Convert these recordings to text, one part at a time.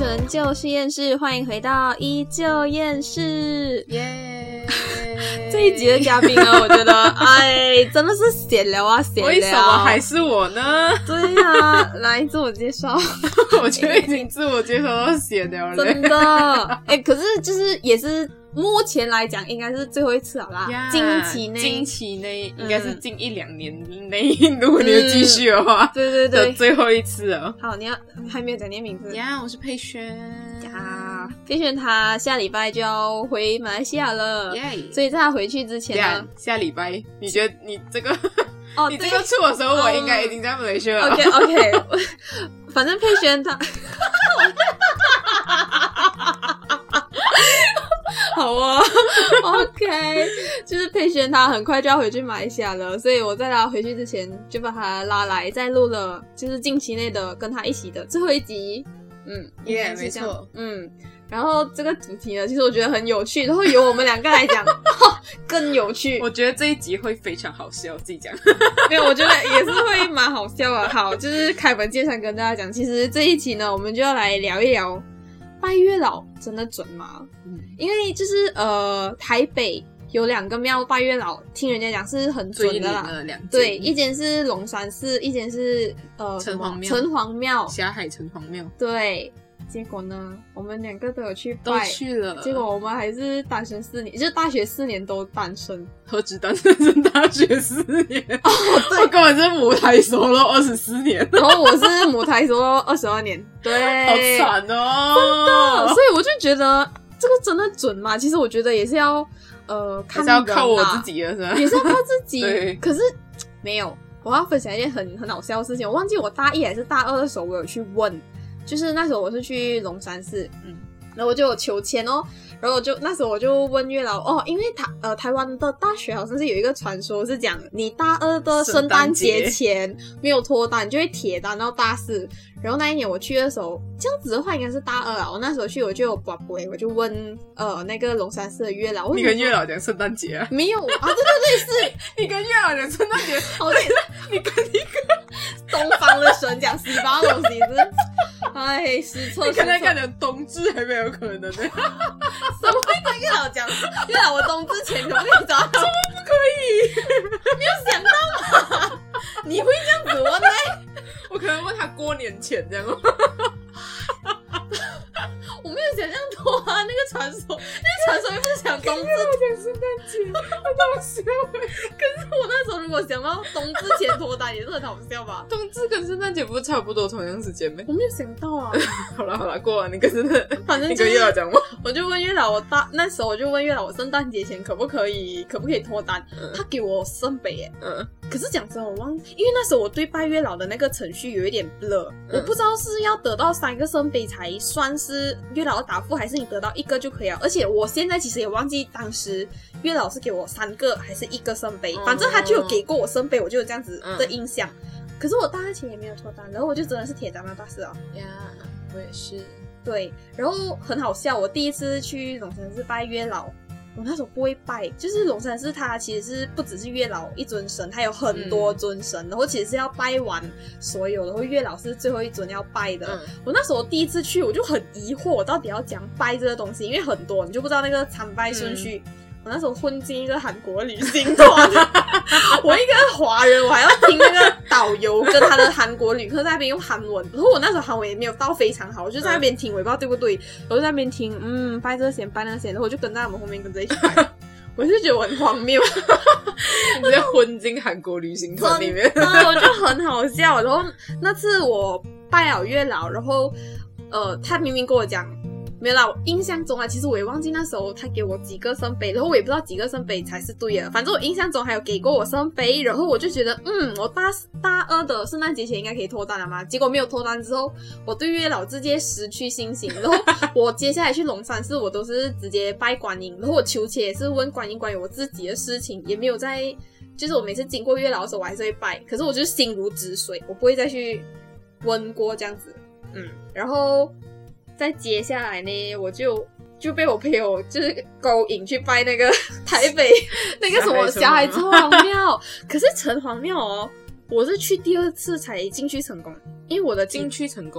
纯就是厌世，欢迎回到依旧厌世， 耶！ 这一集的嘉宾呢，我觉得，哎，真的是闲聊啊，闲聊。 为什么还是我呢？ 对啊，来自我介绍。 我觉得已经自我介绍到闲聊了， 真的。哎，可是就是也是目前来讲，应该是最后一次了啦。 近期内应该是近1-2年内，如果你有继续的话， 对对对， 最后一次了。 好，你还没有讲你的名字呀？我是佩萱呀。佩萱他下礼拜就要回马来西亚了，所以在他回去之前呢， 下礼拜你觉得你这个哦， 你这个出的时候，我应该已经在马来西亚了。 OK， 反正佩萱他。好啊 ，OK， 就是佩萱她很快就要回去马来西亚了，所以我在她回去之前就把她拉来，再录了就是近期内的跟她一起的最后一集。 没错， 然后这个主题呢，其实我觉得很有趣，然后由我们两个来讲更有趣。 我觉得这一集会非常好笑，自己讲。 没有，我觉得也是会蛮好笑的。好，就是开门见山跟大家讲，其实这一期呢，我们就要来聊一聊拜月老真的准吗？因为就是台北有2个庙拜月老，听人家讲是很准的啦。对，一间是龙山寺，一间是城隍庙， 霞海城隍庙。 对，结果呢，我们2个都有去拜， 都去了。 结果我们还是单身4年，就是大学4年都单身。 何止单身是大学4年？哦，对，我根本是母胎 solo 24年， 然后我是母胎 solo 22年。对， 好惨哦， 真的。所以我就觉得这个真的准吗？其实我觉得也是要看人啦， 还是要靠我自己了，是吧？ 也是要靠自己。 对， 可是没有，我要分享一件很好笑的事情。我忘记我大1还是大2的时候，我有去问，就是那时候我是去龙山寺，然后我就有求签哦。然后那时候我就问月老哦，因为台湾的大学好像是有一个传说是讲，你大2的圣诞节前没有脱单，你就会铁单到大4。然后那一年我去的时候，这样子的话应该是大2啊。我那时候去我就有卜卜，我就问那个龙山寺的月老， 你跟月老讲圣诞节啊？ 没有啊，对，是你跟月老讲圣诞节， 好点，你跟一个东方的神讲西方的东西是，哎，失策。 你跟他讲冬至还没有可能呢。 怎么会跟月老讲？月老，我冬至前可不可以找到？ 怎么不可以？ 没有想到嘛？你会这样子问呢？ 我可能问他过年前这样。 我没有想象多啊，那个传说又不是讲冬至， 讲圣诞节，很好笑。 可是我那时候如果想到冬至前脱单，也是很好笑吧？ 冬至跟圣诞节不是差不多同样时间吗？ 我没有想到啊。 好了，过完你跟真的， 反正、 你跟月老讲吗？ 我就问月老，那时候我就问月老，我圣诞节前可不可以脱单？他给我圣杯耶。可是讲真，我忘记，因为那时候我对拜月老的那个程序有一点 blur，我不知道是要得到3个圣杯才算是月老的答复，还是你得到1个就可以了。而且我现在其实也忘记当时月老是给我3个还是1个圣杯，反正他就有给过我圣杯，我就有这样子的印象。可是我大2前也没有脱单，然后我就真的是铁单到大4啊。 呀，我也是。对， 然后很好笑，我第一次去龙山寺拜月老。我那时候不会拜，就是龙山寺它其实是不只是月老一尊神，它有很多尊神，然后其实是要拜完所有，然后月老是最后一尊要拜的。我那时候第一次去，我就很疑惑，我到底要怎样拜这个东西，因为很多你就不知道那个参拜顺序。我那时候混进一个韩国旅行团，我一个华人，我还要听那个导游跟他的韩国旅客在那边用韩文，然后我那时候韩文也没有到非常好，我就在那边听，我也不知道对不对，我就在那边听，拜这个先拜那个先，然后我就跟在他们后面跟着一起拜，我就觉得我很荒谬， 你直接混进韩国旅行团里面， 我就很好笑。然后那次我拜了月老，然后他明明跟我讲。没有啦，我印象中啊，其实我也忘记那时候他给我几个圣杯，然后我也不知道几个圣杯才是对的。反正我印象中还有给过我圣杯，然后我就觉得，我大2的圣诞节前应该可以脱单了嘛。结果没有脱单之后，我对月老直接失去信心。然后我接下来去龙山寺，我都是直接拜观音，然后我求签也是问观音关于我自己的事情，也没有在，就是我每次经过月老的时候，我还是会拜，可是我就是心如止水，我不会再去问过这样子。然后。再接下来呢，我就被我朋友就是勾引去拜那个台北那个什么霞海城隍庙。可是城隍庙哦，我是去第2次才进去成功，因为我的进去成功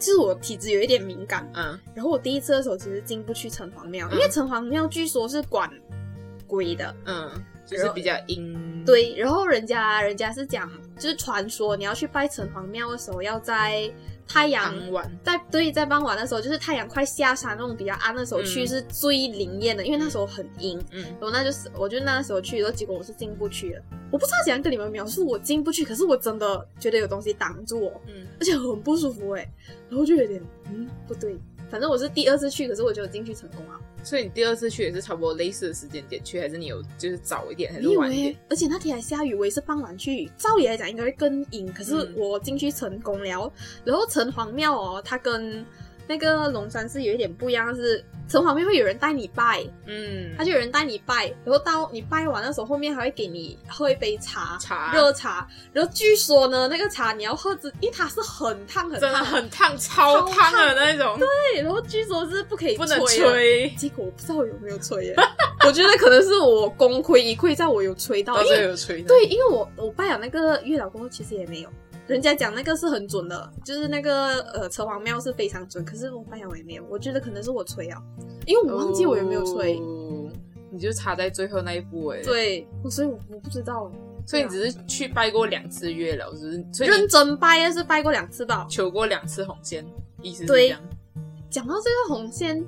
就是我体质有一点敏感， 嗯， 然后我第一次的时候其实进不去城隍庙，因为城隍庙据说是管鬼的， 就是比较阴。 对，然后人家是讲，就是传说你要去拜城隍庙的时候，要在太阳傍晚， 在傍晚的时候，就是太阳快下山那种比较暗的时候去是最灵验的，因为那时候很阴。然后我就那时候去，然后结果我是进不去了。我不知道怎样跟你们描述我进不去，可是我真的觉得有东西挡住我，而且很不舒服然后就有点不对。反正我是第二次去，可是我就进去成功了。 所以你第二次去也是差不多类似的时间点去，还是你有就是早一点还是晚一点？ 而且那天还下雨，我也是傍晚去，照理来讲应该会更阴，可是我进去成功了。然后城隍庙它跟那个龙山寺有一点不一样，是城隍庙会有人带你拜，他就有人带你拜，然后到你拜完的时候，后面还会给你喝一杯茶，热茶。然后据说呢，那个茶你要喝因为它是很烫很烫， 真的很烫，超烫的那种。 对，然后据说是不可以不能吹， 结果我不知道我有没有吹耶。我觉得可能是我功亏一篑，在我有吹到， 有吹到。 对，因为我拜了那个月老过后，其实也没有。人家讲那个是很准的，就是那个城隍庙是非常准，可是我拜了我也没有，我觉得可能是我吹啊，因为我忘记我有没有吹， 你就插在最后那一步对，所以我不知道所以你只是去拜过2次月老，所以认真拜是拜过2次吧， 求过2次红线，意思是这样。 讲到这个红线，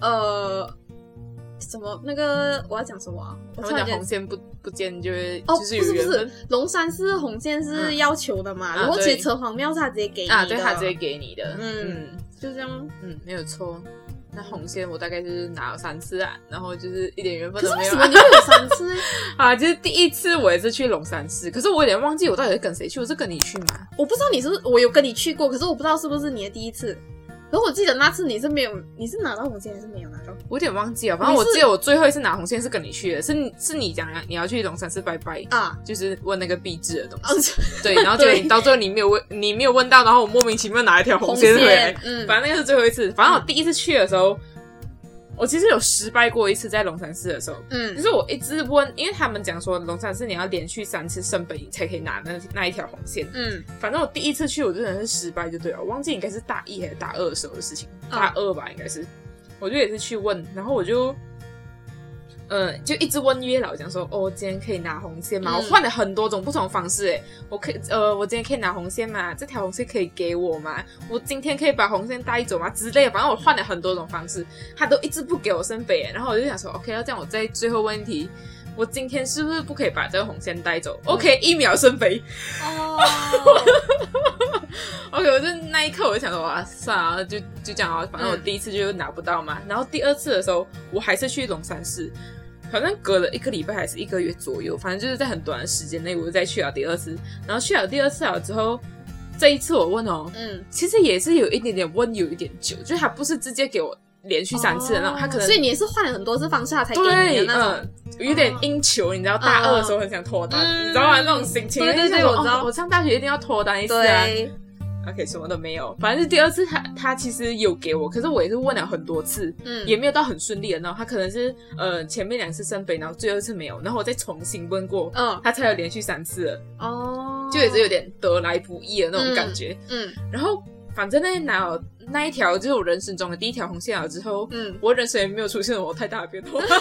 什么那个我要讲什么啊？ 他们讲红线不见就是有缘分。 不是龙山寺红线是要求的嘛，然后其实城隍庙是他直接给你的对，他直接给你的， 就这样， 没有错。那红线我大概就是拿了3次然后就是一点缘分都没有。 可是为什么你会有3次就是第一次我也是去龙山寺，可是我有点忘记我到底是跟谁去，我是跟你去吗？ 我不知道你是不是，我有跟你去过，可是我不知道是不是你的第一次。然后我记得那次你是拿到红线还是没有拿到？ 我有点忘记了，反正我记得我最后一次拿红线是跟你去的，是你讲你要去龙山寺拜拜就是问那个币制的东西，对，然后结果你到最后你没有问到，然后我莫名其妙拿一条红线回来，反正那个是最后一次。反正我第一次去的时候，我其实有失败过一次，在龙山寺的时候，就是我一直问，因为他们讲说龙山寺你要连续3次圣杯你才可以拿那一条红线，反正我第一次去我真的是失败就对了，我忘记应该是大1还是大2的时候的事情，大2吧应该是，我就也是去问，然后我就一直问月老讲说，今天可以拿红线吗？我换了很多种不同的方式我今天可以拿红线吗？这条红线可以给我吗？我今天可以把红线带走吗？之类的，反正我换了很多种方式，他都一直不给我圣杯然后我就想说 OK， 要这样我再最后问题，我今天是不是不可以把这个红线带走？OK， 1秒圣杯OK， 我就那一刻我就想说算了，就这样反正我第一次就拿不到嘛，然后第2次的时候我还是去龙山寺，反正隔了1个礼拜还是1个月左右，反正就是在很短的时间内我就再去了第2次，然后去了第2次了之后，这一次我问其实也是有一点点问有一点久，就是他不是直接给我连续3次的那种，他可能所以你也是换了很多次方式他才给你的那种， 有点硬求，你知道大2的时候很想脱单，你知道吗？那种心情， 对，我知道， 我上大学一定要脱单一次OK， 什么都没有，反正是第2次他其实有给我，可是我也是问了很多次，也没有到很顺利的那种，他可能是前面2次圣杯，然后最后一次没有，然后我再重新问过，他才有连续3次了，就也是有点得来不易的那种感觉，然后反正那一条就是我人生中的第一条红线了之后，我人生也没有出现我太大的变化。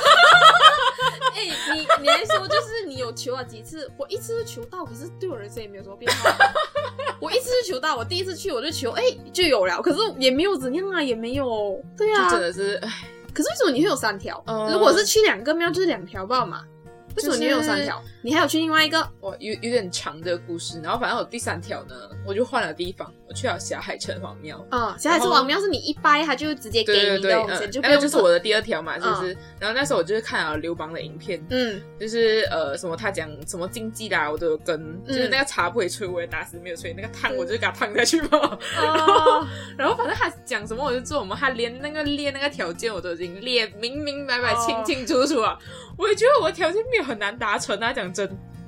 你还说就是你有求了几次，我1次就求到，可是对我人生也没有什么变化。我1次就求到，我第1次去我就求就有了，可是也没有怎样也没有，对啊， 就真的是可是为什么你会有3条？如果是去2个庙就是2条吧嘛？为什么你会有3条？你还有去另外一个？ 有点长的故事。然后反正我第3条呢，我就换了地方，我去了霞海城隍庙。 霞海城隍庙是你一拜他就直接给你的红线， 那个就是我的第2条嘛，就是。然后那时候我就是看了刘邦的影片，就是什么他讲什么禁忌啦，我都有跟，就是那个茶不可以吹，我也打死没有吹，那个烫我就给他烫下去嘛。然后反正他讲什么我就做什么，他连那个条件我都已经列明明白白、清清楚楚啊。我也觉得我的条件没有很难达成啊，讲真，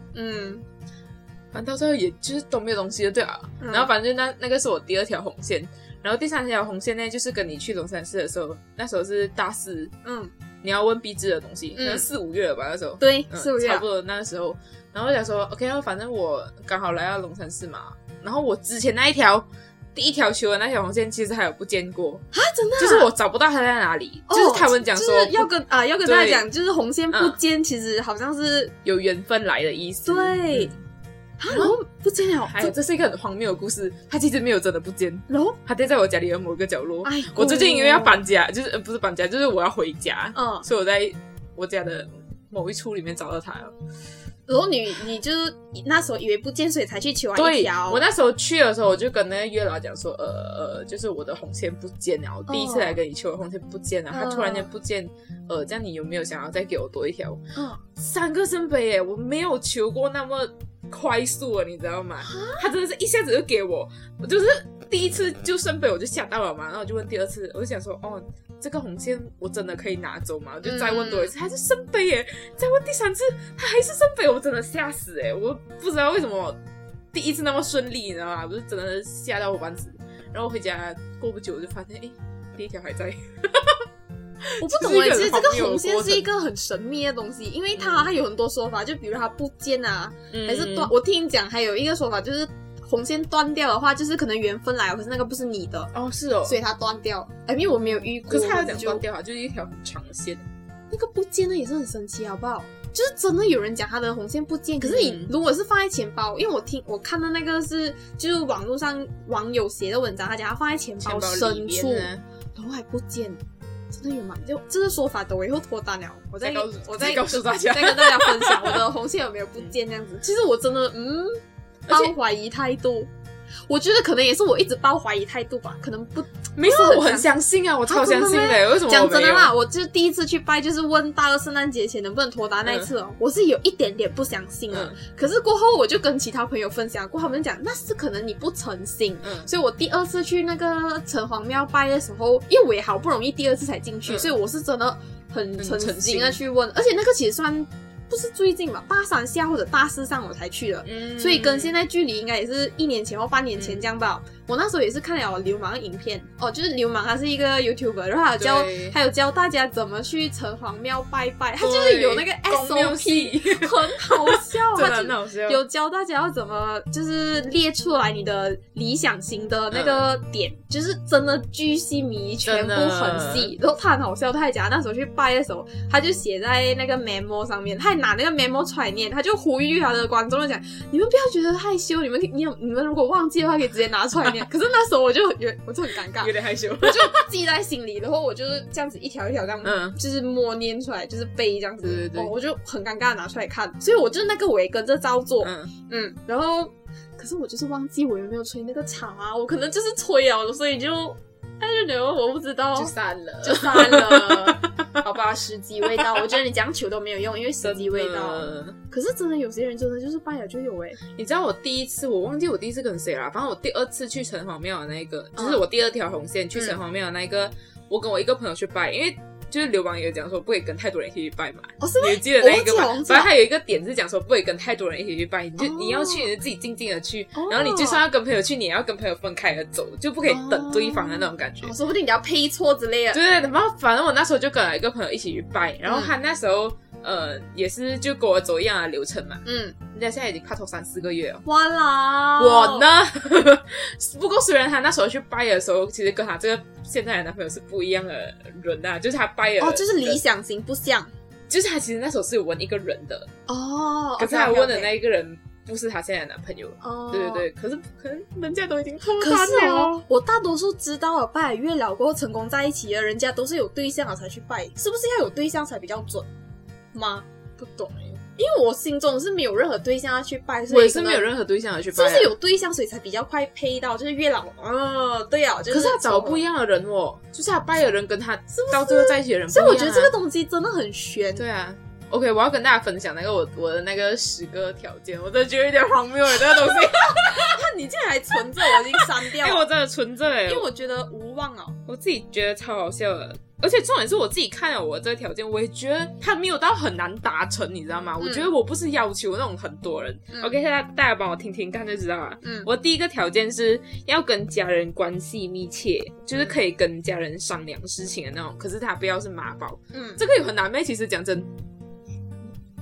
反正到最后也就是都没有东西的，对啊。然后反正那个是我第2条红线，然后第3条红线呢，就是跟你去龙山寺的时候，那时候是大4，你要问币制的东西，那4、5月了吧那时候， 对，4、5月差不多那个时候。然后我想说 OK， 反正我刚好来到龙山寺嘛，然后我之前那一条第一条求的那条红线其实还有不见过啊，真的、 就是我找不到它在哪里，就是他们讲说、 就是要跟大家讲，就是红线不见，其实好像是有缘分来的意思。 对。然后不见了， 还有这是一个很荒谬的故事，它其实没有真的不见， 然后它跌在我家里的某个角落。我最近因为要搬家，就是不是搬家，就是我要回家，所以我在我家的某一处里面找到它了。 然后你就是那时候以为不见，所以才去求完一条。 对，我那时候去的时候，我就跟那个月老讲说，就是我的红线不见了，我第一次来跟你求的红线不见了，它突然间不见，这样你有没有想要再给我多一条？3个圣杯耶，我没有求过那么快速了，你知道吗？他真的是一下子就给我，我就是第一次就圣杯我就吓到了嘛，然后我就问第二次，我就想说，这个红线我真的可以拿走吗？我就再问多一次，还是圣杯耶！再问第3次，他还是圣杯，我真的吓死耶！我不知道为什么第一次那么顺利，你知道吗？我就真的吓到我半死。然后回家过不久，我就发现，第一条还在。 我不懂其实这个红线是一个很神秘的东西，因为它有很多说法，就比如它不见啊，还是断。我听你讲，还有一个说法就是红线断掉的话，就是可能缘分来了，可是那个不是你的是哦， 所以它断掉。因为我没有遇过， 可是他有讲断掉，就是一条很长的线。 那个不见的也是很神奇，好不好？就是真的有人讲他的红线不见，可是你如果是放在钱包，因为我看到那个是就是网络上网友写的文章，他讲他放在钱包深处，然后还不见。真的有吗？就这个说法等我以后脱单了，我再告诉大家， 再跟大家分享我的红线有没有不见这样子。其实我真的抱怀疑态度，我觉得可能也是我一直抱怀疑态度吧，可能不没有，我很相信啊，我超相信的。为什么讲真的啦？我就第一次去拜，就是问大二圣诞节前能不能脱单那一次我是有一点点不相信了。可是过后我就跟其他朋友分享过，他们讲那是可能你不诚心。所以我第二次去那个城隍庙拜的时候，因为我也好不容易第二次才进去，所以我是真的很诚心的去问，而且那个其实算不是最近吧，大3下或者大4上我才去的，所以跟现在距离应该也是1年前或半年前这样吧。我那时候也是看了流氓的影片就是流氓他是一个 YouTuber， 然后还有教大家怎么去城隍庙拜拜，他就是有那个 SOP 很好笑， 真的很好笑， 有教大家要怎么就是列出来你的理想型的那个点，就是真的巨细靡遗，全部很细。然后他很好笑，他还讲那时候去拜的时候，他就写在那个 memo 上面，他还拿那个 memo 出来念，他就呼吁他的观众讲，你们不要觉得害羞，你们如果忘记的话可以直接拿出来念。可是那时候我就很尴尬， 有点害羞， 我就记在心里，然后我就是这样子一条一条这样，就是默念出来，就是背这样子。对，我就很尴尬拿出来看，所以我就是那个我也跟着照做。然后可是我就是忘记我有没有吹那个场啊，我可能就是吹了，所以就我不知道， 就散了。好吧，时机未到。我觉得你讲球都没有用，因为时机未到。可是真的有些人真的就是拜了就有你知道我第一次，我忘记我第一次跟谁啦，反正我第二次去城隍庙的那个，就是我第2条红线去城隍庙的那个，我跟我一个朋友去拜，因为就是流氓也讲说不可以跟太多人一起去拜嘛， 你记得那一个吗？反正还有一个点是讲说不可以跟太多人一起去拜，你要去你就自己静静的去，然后你就算要跟朋友去，你也要跟朋友分开而走，就不可以等对方的那种感觉。 说不定你要配错之类的。 对，然后反正我那时候就跟了一个朋友一起去拜，然后他那时候也是就跟我走一样的流程嘛。人家现在已经拍拖3-4个月了。 哇啦！ 我呢？不过虽然他那时候去拜的时候，其实跟他这个现在的男朋友是不一样的人啊，就是他拜的就是理想型不像， 就是他其实那时候是有问一个人的可是他问的那一个人不是他现在的男朋友对，可是可能人家都已经脱单了。可是我大多数知道了拜了月老过后成功在一起的人家都是有对象了才去拜，是不是要有对象才比较准吗？ 不懂因为我心中是没有任何对象要去拜， 我也是没有任何对象要去拜， 是不是有对象所以才比较快配到就是月老对啊，就是可是他找不一样的人就是他拜的人跟他到最后在一起的人不一样所以我觉得这个东西真的很玄。 对啊，OK， 我要跟大家分享那个我的那个10个条件，我真的觉得有点荒谬这个东西。 你竟然还存着，我已经删掉了。 因为我真的存着因为我觉得无望我自己觉得超好笑的。而且重点是我自己看了我这个条件，我也觉得它没有到很难达成，你知道吗？我觉得我不是要求那种很多人。OK， 现在大家帮我听听看就知道了。我第一个条件是要跟家人关系密切，就是可以跟家人商量事情的那种，可是他不要是妈宝。这个有很难咩？其实讲真，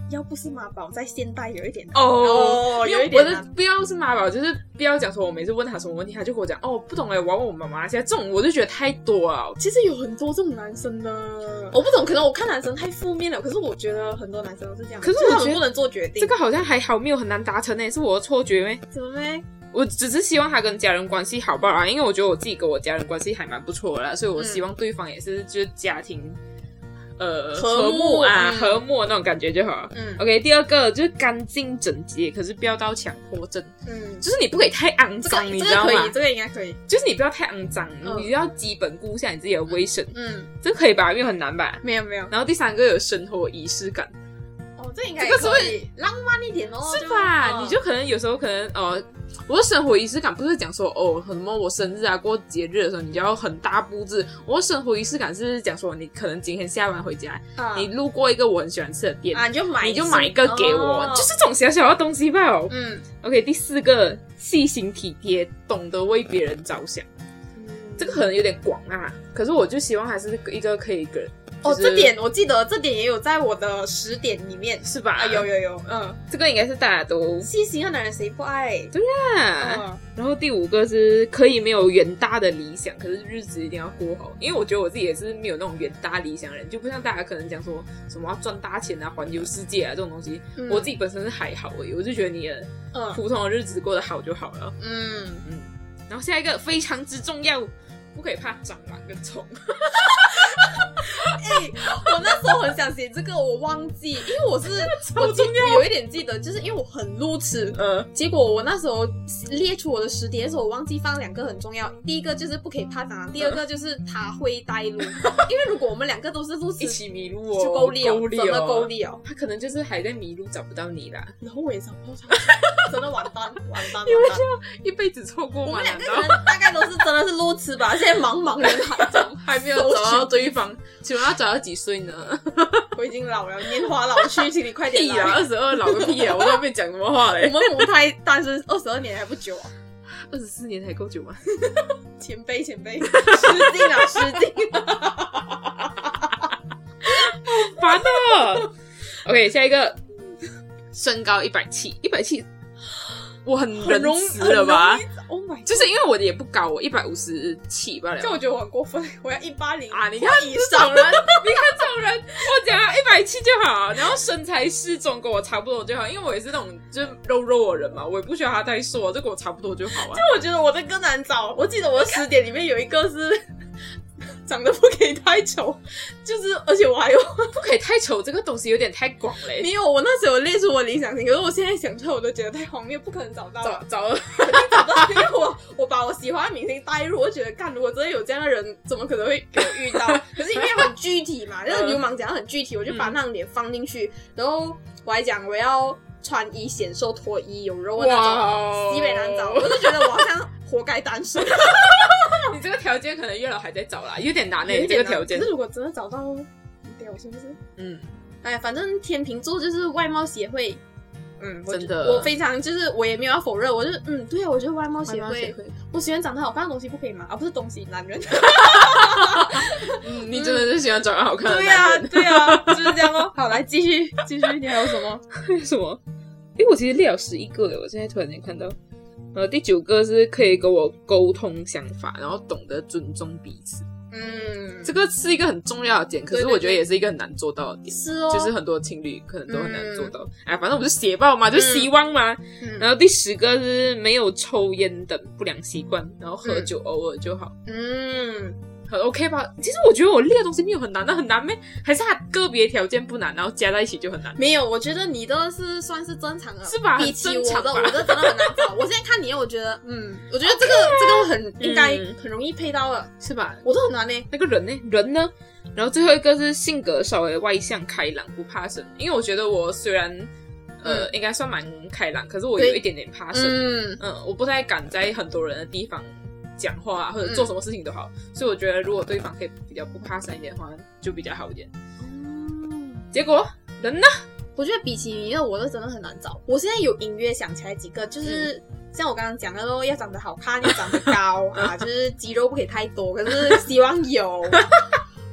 要不是妈宝，在现代有一点有一点。我的不要是妈宝，就是不要讲说我每次问他什么问题，他就跟我讲不懂我要问我妈妈。现在这种我就觉得太多了。 其实有很多这种男生的，我不懂，可能我看男生太负面了。可是我觉得很多男生都是这样， 可是我觉得不能做决定。 这个好像还好，没有很难达成是我的错觉咩？ 怎么咩？ 我只是希望他跟家人关系好不好啊？因为我觉得我自己跟我家人关系还蛮不错的啦，所以我希望对方也是就是家庭和睦和睦那种感觉就好。OK， 第二个就是干净整洁，可是不要到强迫症。就是你不可以太肮脏，你知道吗？ 这个应该可以。 就是你不要太肮脏，你要基本顾一下你自己的卫生。这可以吧？没有很难吧？ 没有。 然后第三个有生活仪式感。 这应该可以浪漫一点是吧？你就可能有时候可能我的生活仪式感不是讲说什么我生日啊过节日的时候你就要很大布置。我的生活仪式感是讲说你可能今天下班回家，你路过一个我很喜欢吃的店你就买一个给我，就是这种小小的东西吧。OK， 第四个细心体贴，懂得为别人着想。这个可能有点广啊，可是我就希望还是一个可以跟这点我记得，这点也有在我的10点里面， 是吧？ 有， 这个应该是大家都细心的男人谁不爱？ 对啊。然后第5个是可以没有远大的理想，可是日子一定要过好。因为我觉得我自己也是没有那种远大理想的人，就不像大家可能讲说什么要赚大钱啊、环游世界啊这种东西。我自己本身是还好而已，我就觉得你的普通的日子过得好就好了。然后下一个非常之重要，不可以怕蟑螂跟虫。 我那时候很想写这个，我忘记，因为我有一点记得，就是因为我很路痴，结果我那时候列出我的10点的时候，我忘记放2个很重要。第一个就是不可以怕蟑螂，第二个就是他会带路，因为如果我们2个都是路痴， 一起迷路就够力哦，真的够力哦。 他可能就是还在迷路找不到你啦， 然后我也找不到他，真的完蛋。 你们就一辈子错过吗？ 我们2个人大概都是真的是路痴吧，现在茫人海中还没有找到对方。请问要找到几岁呢？ 我已经老了，年华老去，请你快点来。 屁啊，22老个屁啊！我都没讲什么话嘞。 我们母胎单身22年还不久啊 ，24年才够久吗？ 前辈，失敬了。 好烦哦。OK， 下一个，身高170，我很仁慈了吧 ？Oh my god！ 就是因为我的也不高，我157罢了。 这我觉得我很过分，我要180 啊！你看这种人，我讲170就好，然后身材适中，跟我差不多就好。因为我也是那种就是肉的人嘛，我也不需要他太瘦，这跟我差不多就好啊。 就我觉得我的更难找，我记得我的10点里面有一个是。长得不可以太丑，就是而且我还有不可以太丑这个东西有点太广嘞。 没有，我那时候有列出我理想型，可是我现在想出来我都觉得太荒谬，不可能找到。 找了， 肯定找到，因为我把我喜欢的明星带入，我就觉得干，如果真的有这样的人，怎么可能会给我遇到？可是因为很具体嘛，就是流氓讲很具体，我就把那张脸放进去，然后我还讲我要穿衣显瘦、脱衣有肉的那种，西北难找，我就觉得我好像活该单身。 你这个条件可能月老还在找啦，有点难欸，这个条件。 可是如果真的找到，很屌是不是？哎，反正天秤座就是外貌协会。 真的， 我非常就是我也没有要否认，我就对啊，我觉得外貌协会，我喜欢长得好看的东西不可以吗？不是东西，男人。 你真的是喜欢长得好看的男人？ 对啊，就是这样哦。好，来继续，你还有什么？ 什么？我其实列了11个了，我现在突然间看到。第9个是可以跟我沟通想法，然后懂得尊重彼此。这个是一个很重要的点，可是我觉得也是一个很难做到的点。 是哦， 就是很多情侣可能都很难做到。反正我们就写报嘛，就希望嘛。然后第10个是没有抽烟等不良习惯，然后喝酒偶尔就好。很 OK 吧？其实我觉得我列的东西没有很难，那很难咩？还是它个别条件不难，然后加在一起就很难？ 没有，我觉得你的是算是正常的， 是吧？ 比起我的真的很难找。我现在看你，我觉得，我觉得这个很应该很容易配到了， 是吧？ 我都很难呢。 那个人呢？然后最后一个是性格稍微外向、开朗，不怕生。因为我觉得我虽然应该算蛮开朗，可是我有一点点怕生。我不太敢在很多人的地方讲话或者做什么事情都好，所以我觉得如果对方可以比较不怕生一点的话，就比较好一点。结果人呢？ 我觉得比起你的，我的真的很难找。我现在有隐约想起来几个，就是像我刚刚讲的咯，要长得好看，要长得高啊，就是肌肉不可以太多，可是希望有。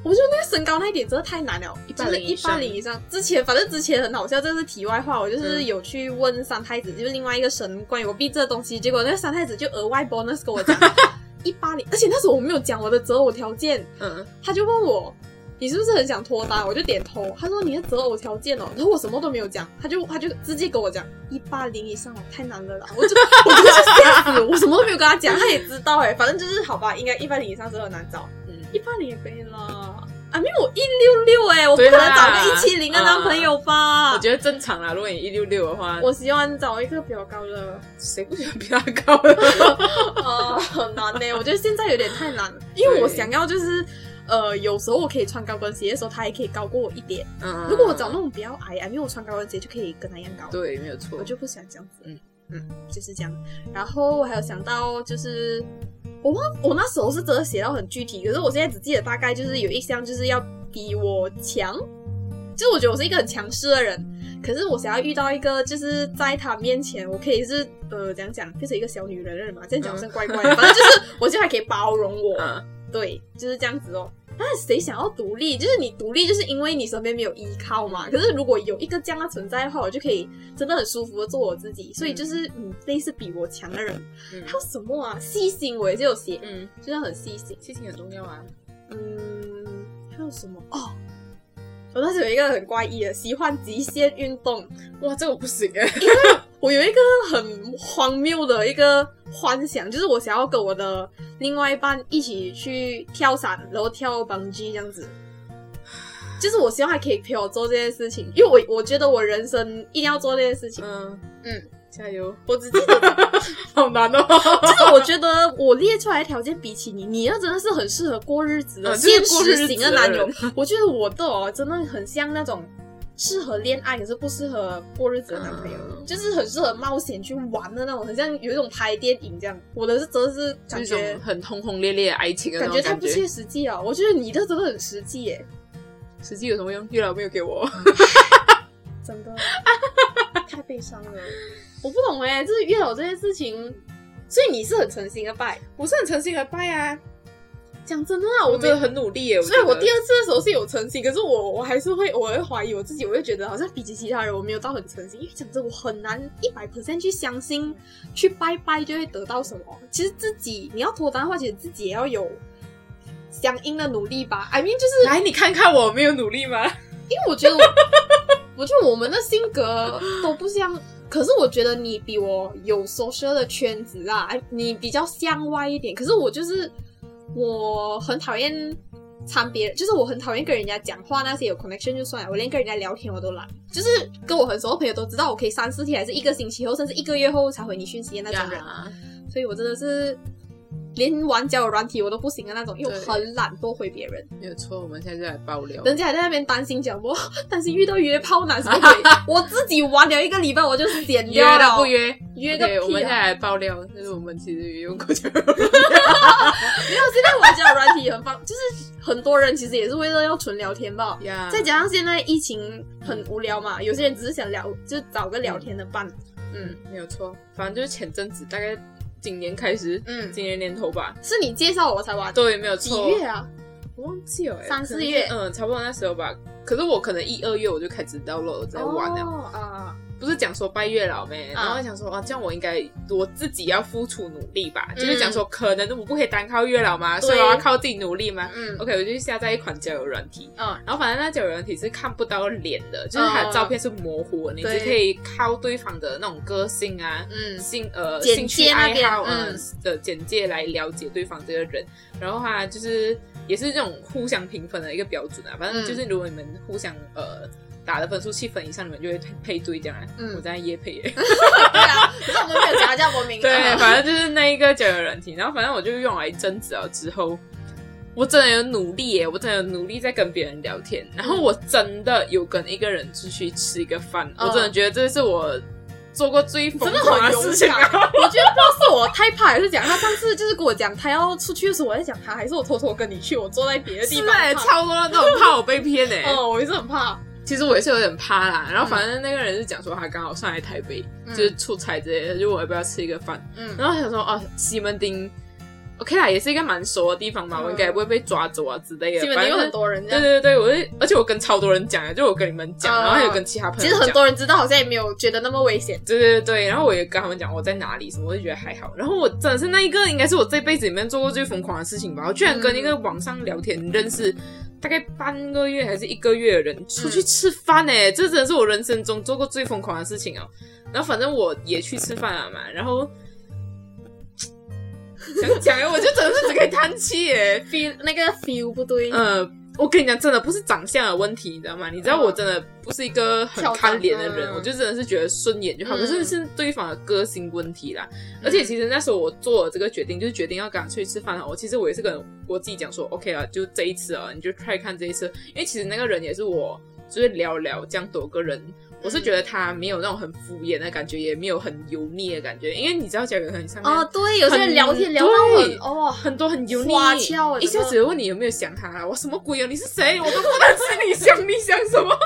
我觉得那个身高那一点真的太难了，180以上。之前很好笑，这是题外话，我就是有去问三太子，就是另外一个神关于我毕制的东西，结果那个三太子就额外 bonus 跟我讲180，而且那时候我没有讲我的择偶条件，他就问我你是不是很想脱单，我就点头。他说你的择偶条件哦，然后我什么都没有讲，他就直接跟我讲180以上太难了啦，我就吓死，我什么都没有跟他讲，他也知道反正就是好吧，应该180以上真的很难找，180也可以啦。因为我166我不可能找个170的男朋友吧？ 我觉得正常啦，如果你166的话， 我希望找一个比较高的。 谁不喜欢比他高的？ 很难我觉得现在有点太难了，因为我想要就是有时候我可以穿高跟鞋的时候，他也可以高过我一点。如果我找那种比较矮，因为我穿高跟鞋就可以跟他一样高。 对，没有错。 我就不喜欢这样子。就是这样。然后我还有想到就是我那时候是真的写到很具体，可是我现在只记得大概就是有一项就是要比我强，就是我觉得我是一个很强势的人，可是我想要遇到一个就是在他面前我可以是怎样讲变成一个小女人的人嘛，这样讲好像怪怪的，反正就是我就还可以包容我。对，就是这样子哦。但是谁想要独立？就是你独立，就是因为你身边没有依靠嘛。可是如果有一个这样的存在的话，我就可以真的很舒服的做我自己。所以就是类似比我强的人。还有什么啊？细心我也是有写，就是很细心， 细心很重要啊。 还有什么？我当时有一个很怪异的，喜欢极限运动。 哇，这个我不行因为我有一个很荒谬的一个幻想，就是我想要跟我的另外一半一起去跳伞，然后跳 bungee 这样子。就是我希望他可以陪我做这件事情，因为我觉得我人生一定要做这件事情。 加油！ 我只记得好难哦。 就是我觉得我列出来的条件比起你那真的是很适合过日子的现实型的男友。我觉得我的真的很像那种适合恋爱可是不适合过日子的男朋友，就是很适合冒险去玩的那种，很像有一种拍电影这样。我的是真的是感觉就是很轰轰烈烈的爱情的那种感觉太不切实际了。我觉得你的真的很实际实际有什么用？月老没有给我真的太悲伤了。我不懂就是月老这件事情，所以你是很诚心的拜？ 我是很诚心的拜啊。 讲真的我真的很努力所以我第二次的时候是有诚心，可是我还是会怀疑我自己，我会觉得好像比起其他人我没有到很诚心，因为讲真的我很难100% 去相信去拜拜就会得到什么。其实自己你要脱单的话，其实自己也要有相应的努力吧。I mean 就是来你看看我没有努力吗？ 因为我觉得我们的性格都不像。可是我觉得你比我有 social 的圈子啊，你比较向外一点。可是我很讨厌掺别人，就是我很讨厌跟人家讲话那些有 connection 就算了，我连跟人家聊天我都懒。就是跟我很熟的朋友都知道，我可以3-4天还是1个星期后，甚至1个月后才回你讯息的那种人。所以我真的是连玩交友软体我都不行的那种，因为我很懒惰回别人。 没有错，我们现在就来爆料。 人家还在那边担心讲我担心遇到约炮男什么鬼我自己玩了1个礼拜我就剪掉了。 约了不约？ 约个屁我们现在来爆料，就是我们其实也用过交友软体。 没有，现在玩交友软体很棒，就是很多人其实也是为了要纯聊天吧。再加上现在疫情很无聊嘛，有些人只是想聊，就找个聊天的伴。 没有错，反正就是前阵子大概今年开始，今年年头吧， 是你介绍我才玩。 对，没有错。 几月啊？ 我忘记了 3-4月， 差不多那时候吧。可是我可能1-2月我就开始知道了，我在玩了。不是讲说拜月老咩，然后想说这样我应该我自己要付出努力吧，就是讲说可能我不可以单靠月老嘛，所以我要靠自己努力嘛。OK， 我就去下载一款交友软体，然后反正那交友软体是看不到脸的，就是它的照片是模糊的，你只可以靠对方的那种个性啊、兴趣爱好的简介来了解对方这个人，然后它就是也是这种互相评分的一个标准啊，反正就是如果你们互相打的分数7分以上，你们就会配对这样。我在业配耶。 对啊，可是我们没有加价国民。 对，反正就是那一个交友软体，然后反正我就用来争执了之后，我真的有努力耶，我真的有努力在跟别人聊天，然后我真的有跟一个人出去吃一个饭，我真的觉得这是我做过最疯狂的事情。我觉得不知道是我太怕还是讲他上次就是跟我讲他要出去的时候我在讲他，还是我偷偷跟你去，我坐在别的地方。 是超多那种怕我被骗耶。 我也是很怕。 其实我也是有点怕啦，然后反正那个人是讲说他刚好上来台北，就是出差之类的，就我要不要吃一个饭，然后想说西门町 OK 啦，也是一个蛮熟的地方嘛，我应该也不会被抓走啊之类的。 基本上有很多人这样。 对，而且我跟超多人讲，就我跟你们讲，然后还有跟其他朋友讲。 其实很多人知道，好像也没有觉得那么危险。 对，然后我也跟他们讲我在哪里什么，我就觉得还好。然后我真的是那一个，应该是我这辈子里面做过最疯狂的事情吧。我居然跟一个网上聊天认识大概半个月还是1个月的人出去吃饭欸，这真的是我人生中做过最疯狂的事情哦。然后反正我也去吃饭了嘛，然后。想讲我就真的是只可以叹气耶那个 feel 不对。 我跟你讲，真的不是长相的问题，你知道吗？你知道我真的不是一个很看脸的人，我就真的是觉得顺眼就好。可是是对方的个性问题啦。而且其实那时候我做了这个决定，就是决定要跟他出去吃饭了。其实我也是跟我自己讲说 ，OK 啊，就这一次啊，你就 try 看这一次。因为其实那个人也是我，就是聊这样多个人。我是觉得他没有那种很敷衍的感觉，也没有很油腻的感觉，因为你知道假如很上面对，有些人聊天聊到很多很油腻， 花俏， 一下子问你有没有想他，我什么鬼啊？你是谁？我都不认识你，想什么？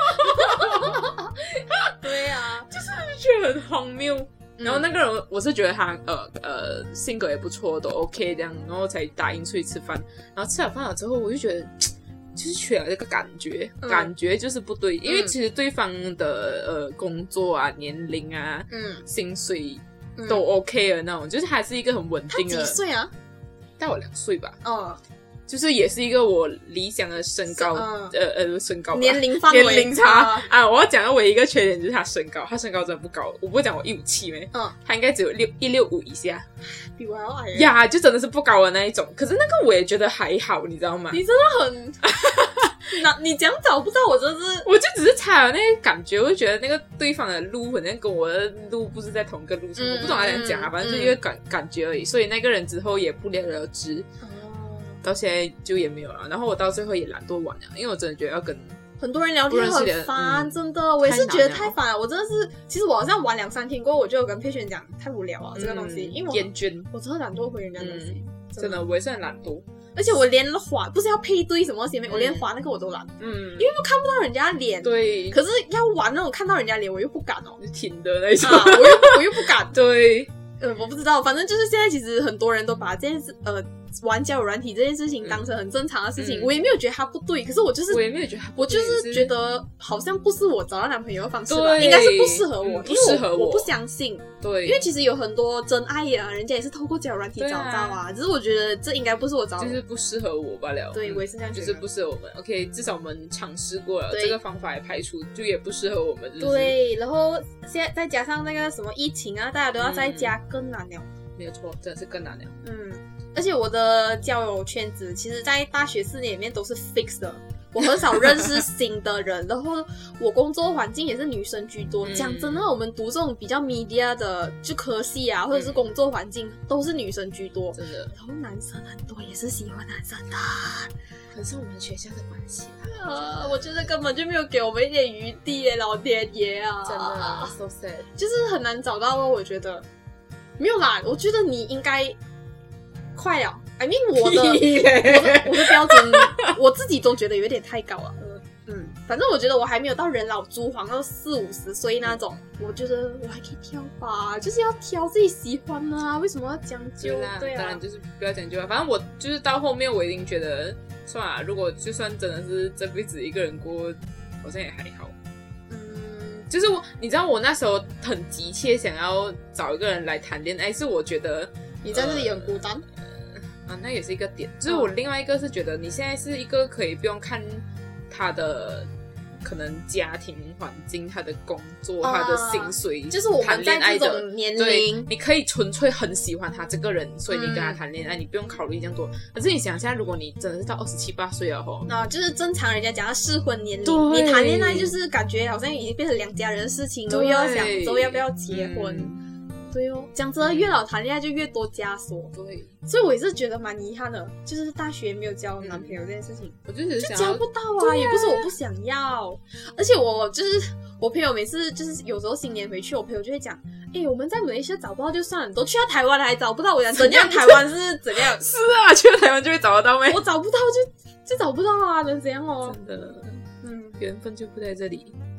对啊， 就是觉得很荒谬。然后那个人，我是觉得他性格也不错，都 OK 这样，然后才答应出去吃饭。然后吃了饭了之后，我就觉得。就是缺了这个感觉，感觉就是不对，因为其实对方的工作啊、年龄啊、薪水都 OK 的那种，就是还是一个很稳定的。 他几岁啊？ 大我2岁吧。就是也是一个我理想的身高，身高吧年龄范围年龄差啊！我要讲的唯一一个缺点就是他身高真的不高，我不会讲我157咩，他应该只有165以下， 比我还要矮呀，就真的是不高的那一种。可是那个我也觉得还好，你知道吗？ 你真的很，你这样找不到我，真是， 我就只是猜了那个感觉，我就觉得那个对方的路好像跟我的路不是在同一个路上，我不懂他怎样讲啊，反正就一个感觉而已。所以那个人之后也不了了之。到现在就也没有了，然后我到最后也懒惰玩了，因为我真的觉得要跟很多人聊天很烦，真的，我也是觉得太烦了。我真的是，其实我好像玩2-3天过后，我就有跟佩璇讲，太无聊了这个东西，因为厌倦， 我真的懒惰回人家东西， 真的，我也是很懒惰。 而且我连滑不是要配对什么姐妹，我连滑那个我都懒，因为我看不到人家脸， 对， 可是要玩那种看到人家脸，我又不敢哦， 挺的那种， 我又不敢， 对。 我不知道，反正就是现在其实很多人都把这件事玩交友软体这件事情当成很正常的事情，我也没有觉得它不对，可是我也没有觉得它不对，我就是觉得好像不是我找到男朋友的方式吧，应该是不适合我， 不适合我不相信， 对， 因为其实有很多真爱呀，人家也是透过交友软体找到啊，只是我觉得这应该不是我找到， 就是不适合我罢了， 对，我也是这样觉得， 就是不适合我们 ，OK， 至少我们尝试过了，这个方法也排除，就也不适合我们， 对，然后现在再加上那个什么疫情啊，大家都要在家，更难了。 没有错，真的是更难了。 而且我的交友圈子，其实在大学4年里面都是 fix 的，我很少认识新的人。然后我工作环境也是女生居多。讲真的，我们读这种比较 media 的就科系啊，或者是工作环境，都是女生居多。 真的。 然后男生很多也是喜欢男生的， 可是我们学校的关系啦。我觉得根本就没有给我们一点余地耶，老天爷啊！ 真的 ，so sad， 就是很难找到哦。我觉得。没有啦，我觉得你应该快了。I mean， 我的标准，我自己都觉得有点太高了。反正我觉得我还没有到人老珠黄到40-50岁那种，我觉得我还可以挑吧，就是要挑自己喜欢啊，为什么要将就？对啊， 当然就是不要将就啊。反正我就是到后面我已经觉得，算了，如果就算真的是这辈子一个人过，好像也还好。就是你知道我那时候很急切想要找一个人来谈恋爱，是我觉得你在这里很孤单那也是一个点。就是我另外一个是觉得你现在是一个可以不用看他的可能家庭环境、他的工作、他的薪水， 就是我们在这种年龄， 你可以纯粹很喜欢他这个人，所以你跟他谈恋爱，你不用考虑这样多。可是你想一下，如果你真的是到27-28岁了吼， 就是正常人家讲的适婚年龄，你谈恋爱就是感觉好像已经变成两家人的事情，都要想都要不要结婚。对哦，讲真的，越老谈恋爱就越多枷锁。 对， 所以我也是觉得蛮遗憾的，就是大学没有交男朋友这件事情， 我就交不到啊，也不是我不想要，而且我朋友每次就是有时候新年回去，我朋友就会讲，我们在马来西亚找不到就算了，都去到台湾了还找不到，我讲怎样台湾是怎样？ 是啊，去到台湾就会找得到咩？ 我找不到就找不到啊，能怎样哦？ 真的，缘分就不在这里。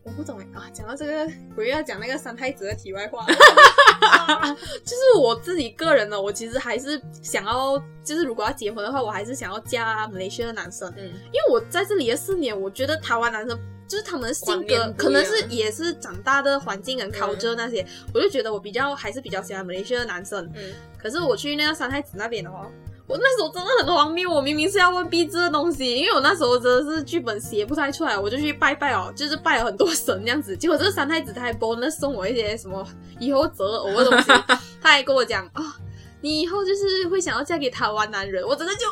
我不懂啊，讲到这个，我又要讲那个三太子的题外话。就是我自己个人呢，我其实还是想要，就是如果要结婚的话，我还是想要嫁马来西亚的男生。因为我在这里的4年，我觉得台湾男生就是他们的性格，可能是也是长大的环境跟culture那些，我就觉得我还是比较喜欢马来西亚的男生。可是我去那个三太子那边的话，我那时候真的很荒谬，我明明是要问币制的东西，因为我那时候真的是剧本写不太出来，我就去拜哦，就是拜了很多神这样子。结果这个三太子他还 bonus 送我一些什么以后择偶的东西，他还跟我讲你以后就是会想要嫁给台湾男人，我整个就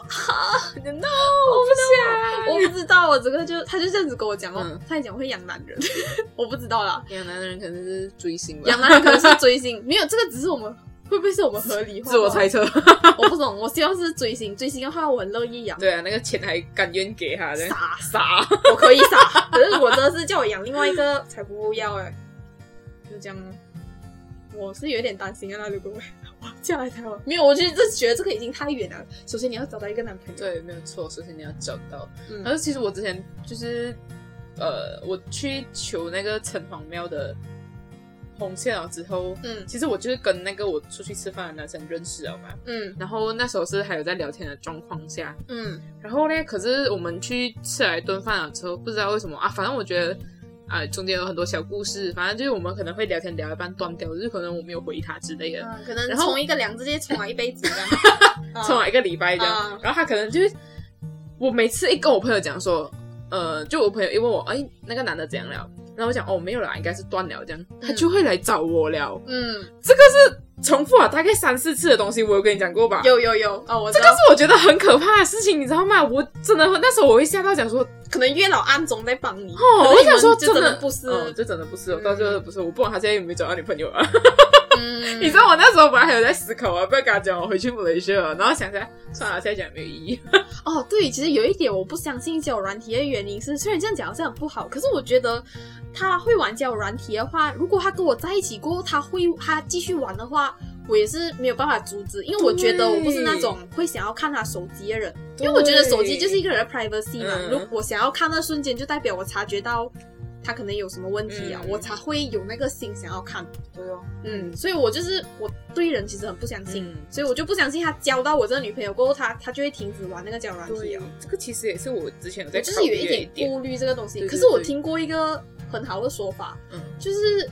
no， 我不知道，我整个就他就这样子跟我讲他还讲会养男人，我不知道啦， 养男人可能是追星吧， 养男人可能是追星，没有这个只是我们。会不会是我们合理化？ 自我猜测， 我不懂。我希望是追星的话，我很乐意养。 对啊，那个钱还甘愿给他的，傻， 我可以傻。可是如果真的是叫我养另外一个，才不要就这样。我是有点担心啊，如果我嫁来台湾，没有，我就觉得这个已经太远了。首先你要找到一个男朋友， 对，没有错。首先你要找到。但是其实我之前就是我去求那个城隍庙的红线了之后，其实我就是跟那个我出去吃饭的男生认识了嘛，然后那时候是还有在聊天的状况下，然后呢，可是我们去吃了一顿饭了之后，不知道为什么反正我觉得中间有很多小故事，反正就是我们可能会聊天聊一半断掉，就是可能我没有回他之类的， 可能冲一个凉直接冲了一辈子这样， 冲了1个礼拜这样，然后他可能就是我每次一跟我朋友讲说，就我朋友一问我，那个男的怎样了？然后我讲没有啦，应该是断了这样，他就会来找我了。这个是重复了大概3-4次的东西，我有跟你讲过吧？ 有我知道。 这个是我觉得很可怕的事情，你知道吗？我真的那时候我会吓到讲说， 可能月老暗中在帮你。 我想说就真的不是， 这真的不是，到最后不是，我不管他现在有没有找到女朋友啊。你知道我那时候本来还有在思考不要跟他讲我回去马来西亚，然后想想算了，现在讲没有意义。 对，其实有一点我不相信交友软体的原因是，虽然这样讲好像很不好，可是我觉得他会玩交友软体的话，如果他跟我在一起过后他继续玩的话，我也是没有办法阻止，因为我觉得我不是那种会想要看他手机的人，因为我觉得手机就是一个人的 privacy 嘛，如果我想要看那瞬间，就代表我察觉到他可能有什么问题我才会有那个心想要看。 对所以我对人其实很不相信，所以我就不相信他交到我这个女朋友过后，他就会停止玩那个交友软体这个其实也是我之前有在就是有一点顾虑这个东西。可是我听过一个很好的说法，就是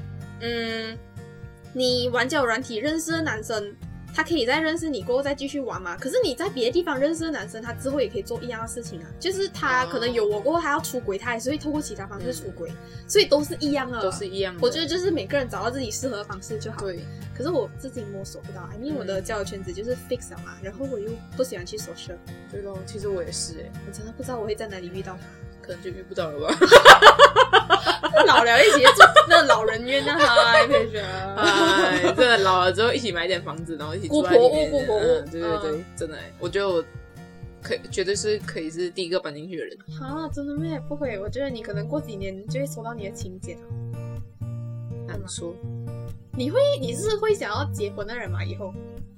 你玩交友软体认识的男生，他可以在认识你过后再继续玩嘛，可是你在别的地方认识的男生，他之后也可以做一样的事情就是他可能有我过后他要出轨，他也是会透过其他方式出轨，所以都是一样的，我觉得就是每个人找到自己适合的方式就好。对，可是我自己摸索不到，因为我的交友圈子就是 fix 了嘛，然后我又不喜欢去 social。 对咯，其实我也是我真的不知道我会在哪里遇到他， 可能就遇不到了吧。 老了一起住那老人院佩璇真的老了之后一起买点房子，然后一起住在里面。对，真的我觉得我绝对是可以是第一个搬进去的人。 真的咩？不会，我觉得你可能过几年就会收到你的请柬。 难说。 你是会想要结婚的人吗？以后？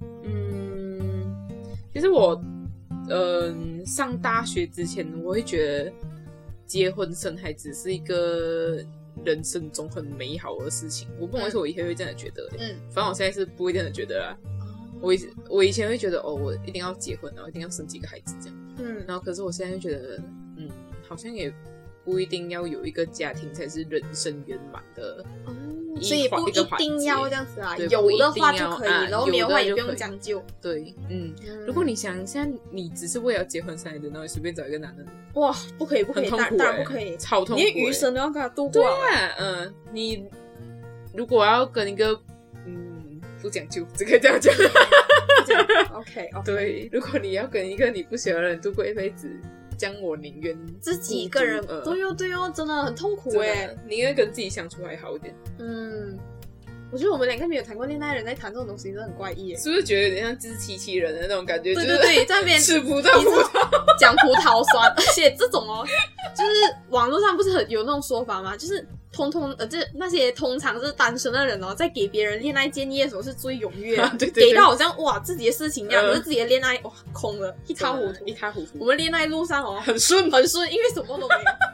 其实我上大学之前，我会觉得结婚生孩子是一个人生中很美好的事情。我不懂为什么我以前会这样觉得反正我现在是不会这样觉得啦。我以前会觉得我一定要结婚，然后一定要生几个孩子这样。然后可是我现在就觉得好像也不一定要有一个家庭才是人生圆满的。 所以不一定要这样子有的话就可以，然后没有的话也不用将就。 对，如果你想现在你只是为了结婚生孩子，然后你随便找一个男人， 哇，不可以， 很痛苦当然不可以， 超痛苦， 你的余生都要跟他度过。 对你如果要跟一个不讲究，只可以这样讲。 OK， 对，如果你要跟一个你不喜欢的人度过一辈子，将我宁愿自己一个人。对哦，真的很痛苦宁愿跟自己相处还好一点。 我觉得我们两个没有谈过恋爱的人在谈这种东西真的很怪异是不是觉得有点像自欺欺人的那种感觉？ 对，在那边吃葡萄讲葡萄酸，而且这种就是网络上不是很有那种说法吗？就是那些通常是单身的人在给别人恋爱建议的时候是最踊跃对给到好像哇自己的事情一样，可是自己的恋爱空了，一塌糊涂。 一塌糊涂。 我们恋爱路上很顺， 因为什么都没有。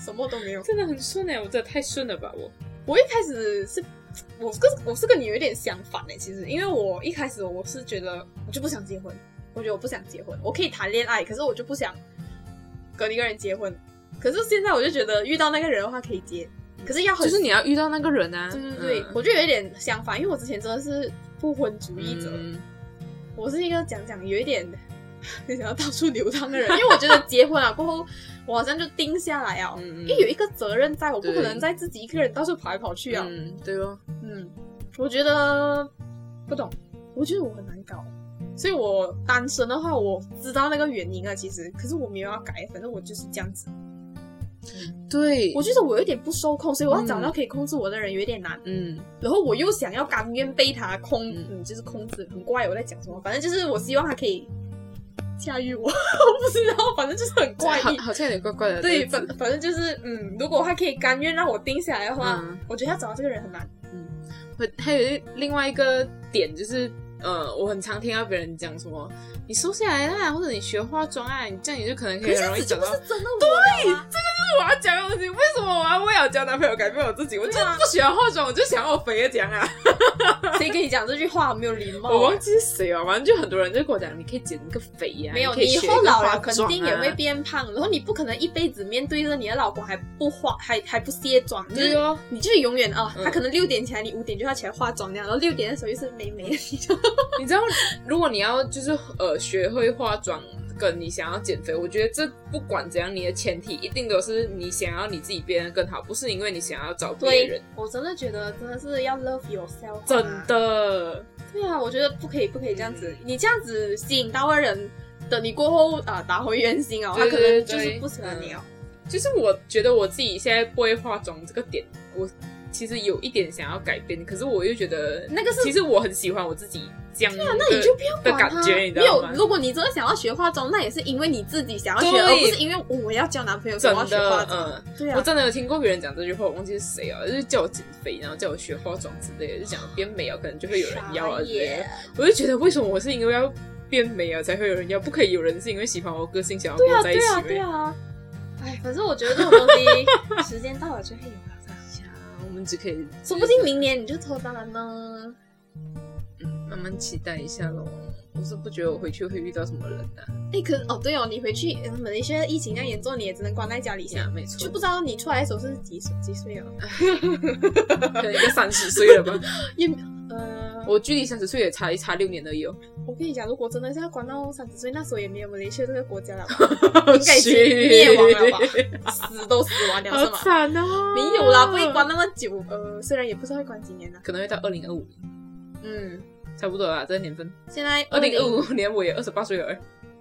什么都没有， 真的很顺我真的太顺了吧！ 我一开始是我是跟你有一点相反其实，因为我一开始我是觉得我就不想结婚，我觉得我不想结婚，我可以谈恋爱，可是我就不想跟一个人结婚。可是现在我就觉得遇到那个人的话可以结，可是就是你要遇到那个人啊。 对，我就有一点相反，因为我之前真的是不婚主义者，我是一个讲有一点想要到处流浪的人，因为我觉得结婚了过后我好像就定下来因为有一个责任在，我不可能再自己一个人到处跑来跑去对哦。 我觉得不懂，我觉得我很难搞，所以我单身的话我知道那个原因其实，可是我没有要改，反正我就是这样子。 对， 我觉得我有点不受控，所以我要找到可以控制我的人有点难。然后我又想要甘愿被他就是控制，很怪我在讲什么，反正就是我希望他可以驾驭我，我不知道，反正就是很怪异， 好像有点怪怪的。 对，反正就是如果他可以甘愿让我定下来的话，我觉得要找到这个人很难。 还有另外一个点就是我很常听到别人讲什么你瘦下来啦，或者你学化妆啊，你这样你就可能可以很容易找到。 是真的对，这个就是我要讲的东西。为什么我要为了交男朋友改变我自己？我就是不喜欢化妆，我就想要我肥的讲啊。 谁跟你讲这句话没有礼貌？ 我忘记是谁反正就很多人就跟我讲，你可以减个肥没有，你以后老了肯定也会变胖，然后你不可能一辈子面对着你的老公还不卸妆，就是你就永远他可能6点起来，你5点就要起来化妆那样，然后6点的时候又是美美的， 你知道，如果你要就是学会化妆，跟你想要减肥，我觉得这不管怎样，你的前提一定都是你想要你自己变得更好，不是因为你想要找别人。 我真的觉得真的是要 love yourself， 真的。 对啊，我觉得不可以这样子，你这样子吸引到的人，等你过后打回原形他可能就是不喜欢你就是我觉得我自己现在不会化妆这个点，我其实有一点想要改变，可是我又觉得那个是，其实我很喜欢我自己这样那你就不要管的感觉，你知道吗？ 如果你真的想要学化妆，那也是因为你自己想要学，而不是因为我要交男朋友所以我要学化妆。对啊， 我真的有听过别人讲这句话，我忘记是谁就是叫我减肥，然后叫我学化妆之类的，就讲变美可能就会有人要之类的。我就觉得为什么我是因为要变美才会有人要，不可以有人是因为喜欢我个性想要跟我在一起。 对啊。哎，反正我觉得这种东西时间到了就会有了。 我们只可以， 说不定明年你就脱单了呢。 慢慢期待一下咯。我是不觉得我回去会遇到什么人可是对你回去马来西亚疫情那样严重，你也只能关在家里下， 没错， 就不知道你出来的时候是几岁了。 可能应该30岁了吧。我距离30岁也差6年而已我跟你讲，如果真的是要关到30岁，那时候也没有马来西亚这个国家了吧，应该已经灭亡了吧，死完了是吗？ 好惨没有啦，不会关那么久。虽然也不知道会关几年啦， 可能会到2025年。差不多啦，这个年份。 现在 2025年我也28岁了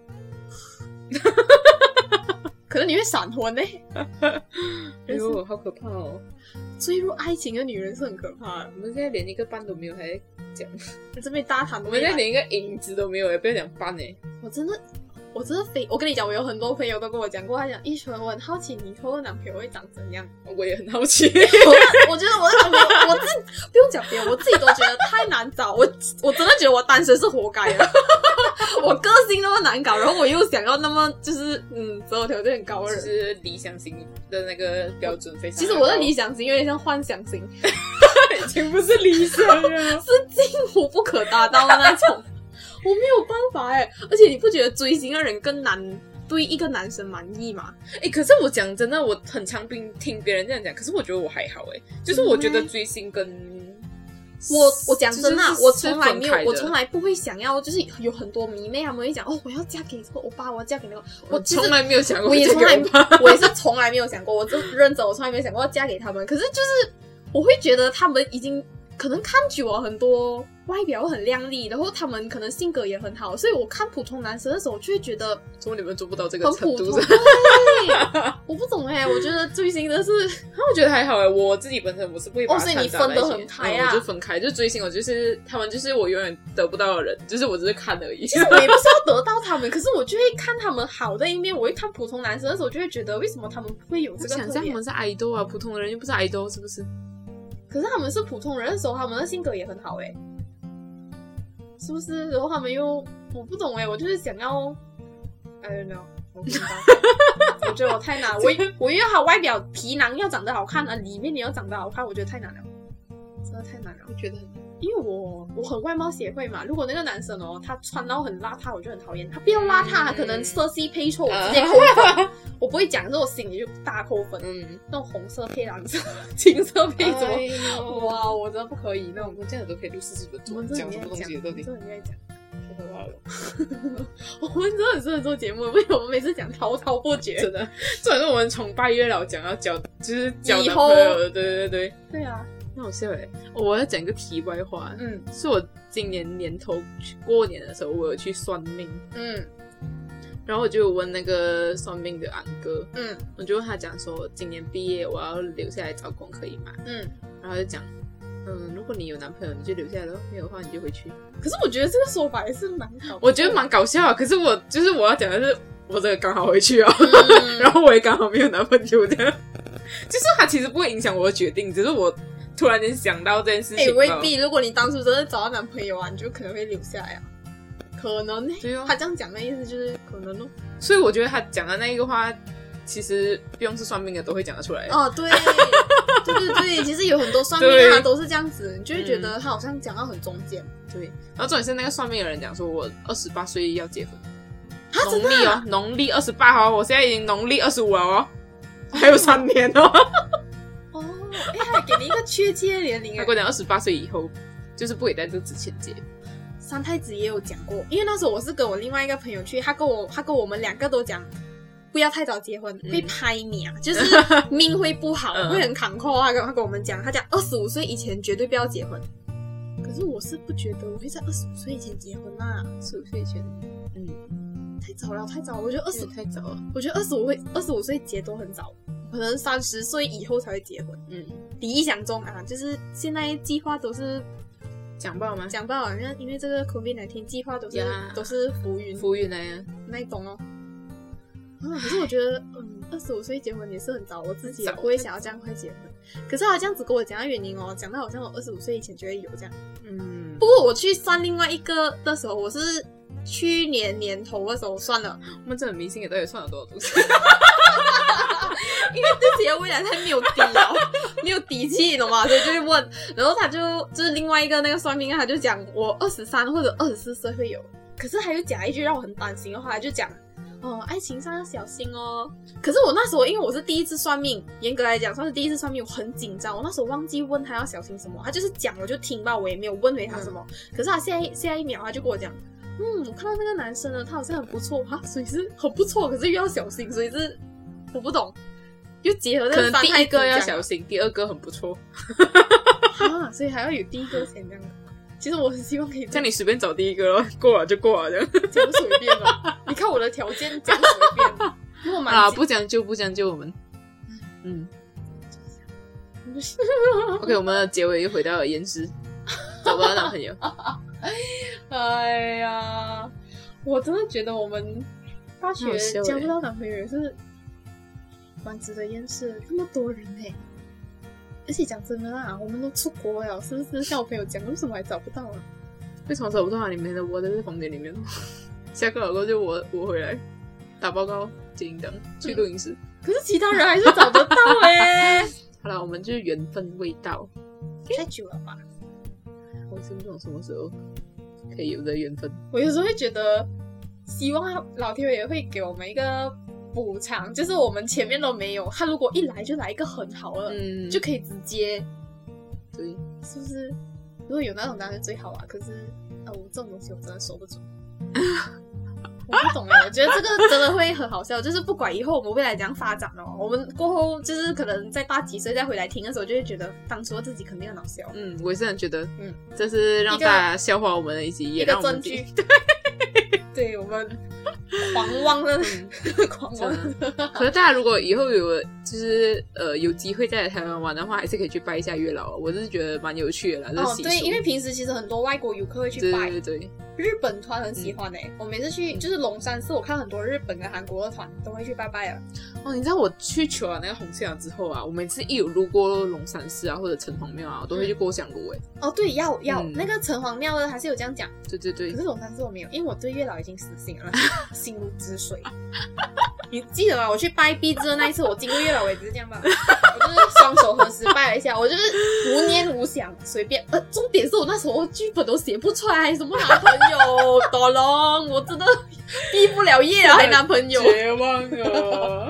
可能你会闪婚哎呦，好可怕坠入爱情的女人是很可怕的。 我们现在连一个伴都没有，还在讲。 这边大谈， 我们现在连一个影子都没有，也不要讲伴我真的我跟你讲，我有很多朋友都跟我讲过，他讲一纯，我很好奇你以后的男朋友会长怎样。 我也很好奇。 我觉得我的男朋友，我自己不用讲别人，我自己都觉得太难找。我真的觉得我单身是活该的。我个性那么难搞，然后我又想要那么就是择偶条件很高的人， 就是理想型的那个标准非常。 其实我的理想型有点像幻想型， 已经不是理想了， 是近乎不可达到的那种。我没有办法而且你不觉得追星的人更难对一个男生满意吗？ 可是我讲真的，我很常听别人这样讲，可是我觉得我还好就是我觉得追星跟我讲真的，我从来不会想要，就是有很多迷妹他们会讲我要嫁给这个欧巴，我要嫁给那个，我从来没有想过， 我也是从来没有想过，我就认真，我从来没有想过要嫁给他们。可是就是我会觉得他们已经可能看久了很多。外表很靓丽，然后他们可能性格也很好，所以我看普通男生的时候，我就会觉得， 怎么你们做不到这个程度？ 我不懂我觉得追星的是， 我觉得还好我自己本身我是不会把它所以你分得很开我就分开，就追星，我就是他们就是我永远得不到的人，就是我只是看而已。 其实我也不是要得到他们，可是我就会看他们好的一面。我会看普通男生的时候，我就会觉得为什么他们不会有这个特点？ 想象他们是idol普通的人又不是idol，是不是？ 可是他们是普通人的时候，他们的性格也很好是不是？然后他们又我不懂我就是想要 I don't know， 我不知道。我觉得我太难了。我又好外表皮囊要长得好看啊，里面你要长得好看，我觉得太难了，真的太难了。 我觉得很难， 因为我很外貌协会嘛。如果那个男生哦，他穿到很邋遢，我就很讨厌他。不要邋遢，可能色系配错，我直接扣分。我不会讲，这我心里就大扣分。那种红色配蓝色，青色配什么？哇，我真的不可以那种。 我这样子都可以录40分钟，讲什么东西到底？ 真的很爱讲。我们真的很适合做节目，为什么我们每次讲滔滔不绝？ 真的，这也是我们从8月老讲要交，就是交男朋友。对啊，那好笑哎！我要讲一个题外话，是我今年年头过年的时候，我有去算命，然后我就有问那个算命的安哥，我就问他讲说，今年毕业我要留下来找工可以吗？然后他就讲。如果你有男朋友，你就留下来了；没有的话，你就回去。 可是我觉得这个说法也是蛮搞笑的， 我觉得蛮搞笑的。可是我要讲的是，我这个刚好回去然后我也刚好没有男朋友，这样，就是他其实不会影响我的决定，只是我突然间想到这件事情。 未必，如果你当初真的找到男朋友啊，你就可能会留下来啊，可能。对哦，他这样讲的意思就是可能哦。 所以我觉得他讲的那一个话，其实不用是算命的都会讲得出来。 哦，对。对，其实有很多算命啊都是这样子，你就会觉得他好像讲到很中间。 对，然后重点是那个算命的人讲说，我28岁要结婚， 农历哦， 农历28号，我现在已经农历25了哦，还有3年哦。 哦，他还给你一个确切的年龄。 他跟我讲28岁以后，就是不可以在这之前结。 三太子也有讲过，因为那时候我是跟我另外一个朋友去，他跟我们2个都讲。不要太早结婚，会拍命，就是命会不好，会很坎坷。他跟我们讲，他讲25岁以前绝对不要结婚。可是我是不觉得我会在25岁以前结婚啊。 25岁以前， 太早了，太早了。我觉得太早了。 我觉得25岁结都很早，可能30岁以后才会结婚。理想中啊，就是现在计划都是讲爆吗？ 讲爆，因为这个 COVID-19 计划都是浮云来那一种哦。可是我觉得，25岁结婚也是很早，我自己也不会想要这样快结婚。可是他这样子跟我讲的原因哦，讲到好像我25岁以前就会有这样。不过我去算另外一个的时候，我是去年年头的时候算了。 我们真的迷信也到底算了多少东西？ 因为对自己的未来太没有底了，没有底气，你懂吗？所以就会问。然后他就是另外一个那个算命他就讲我23或者24岁会有。可是他又讲一句让我很担心的话，他就讲。爱情上要小心哦。可是我那时候因为我是第一次算命，严格来讲算是第一次算命，我很紧张。我那时候忘记问他要小心什么，他就是讲我就听吧，我也没有问回他什么。可是他下一秒他就跟我讲，我看到那个男生呢，他好像很不错哈，所以是很不错，可是又要小心，所以是我不懂，就结合那个可能第一个要小心，第二个很不错， 所以还要有第一个先这样。其实我很希望可以像你随便找第一个咯，过了就过了这样， 讲随便了。你看我的条件讲随便，如果不将就我们。OK， 我们的结尾又回到了厌世，找不到男朋友。 哎呀，我真的觉得我们大学交不到男朋友也是蛮值得厌世的，那么多人而且讲真的啦，我们都出国了，是不是？像我朋友讲，为什么还找不到啊？ 为什么找不到啊？你们的窝在这房间里面，下课了过后就我回来打报告、接音档、去录音室。 可是其他人还是找得到好了，我们就是缘分未到， 太久了吧？ 我心中什么时候可以有这缘分？ 我有时候会觉得，希望老天爷会给我们一个补偿，就是我们前面都没有，他如果一来就来一个很好了，就可以直接， 对， 是不是？如果有那种当然最好啊，可是我这种东西我真的说不准。我不懂我觉得这个真的会很好笑，就是不管以后我们未来怎样发展哦，我们过后就是可能在大几岁再回来听的时候，就会觉得当初自己肯定很好笑。 我也是很觉得，这是让大家笑话我们的一集，也让我们证据。对，我们狂妄的，狂妄的。 可是大家如果以后有就是有机会再来台湾玩的话，还是可以去拜一下月老。我是觉得蛮有趣的啦。 对，因为平时其实很多外国游客会去拜。 对。 日本团很喜欢我每次去就是龙山寺，我看很多日本跟韩国的团都会去拜拜你知道我去求了那个红线之后啊，我每次一有路过龙山寺啊或者城隍庙啊，我都会去过香炉对，要那个城隍庙的还是有这样讲。 对。 可是龙山寺我没有，因为我对月老已经死心了，心如止水。 你记得吗？我去拜壁纸的那一次，我经过月老，我也只是这样吧，我就是双手合十拜了一下，我就是无念无想，随便。重点是我那时候剧本都写不出来，什么男朋友，多龙，我真的毕不了业啊，还男朋友， 绝望啊！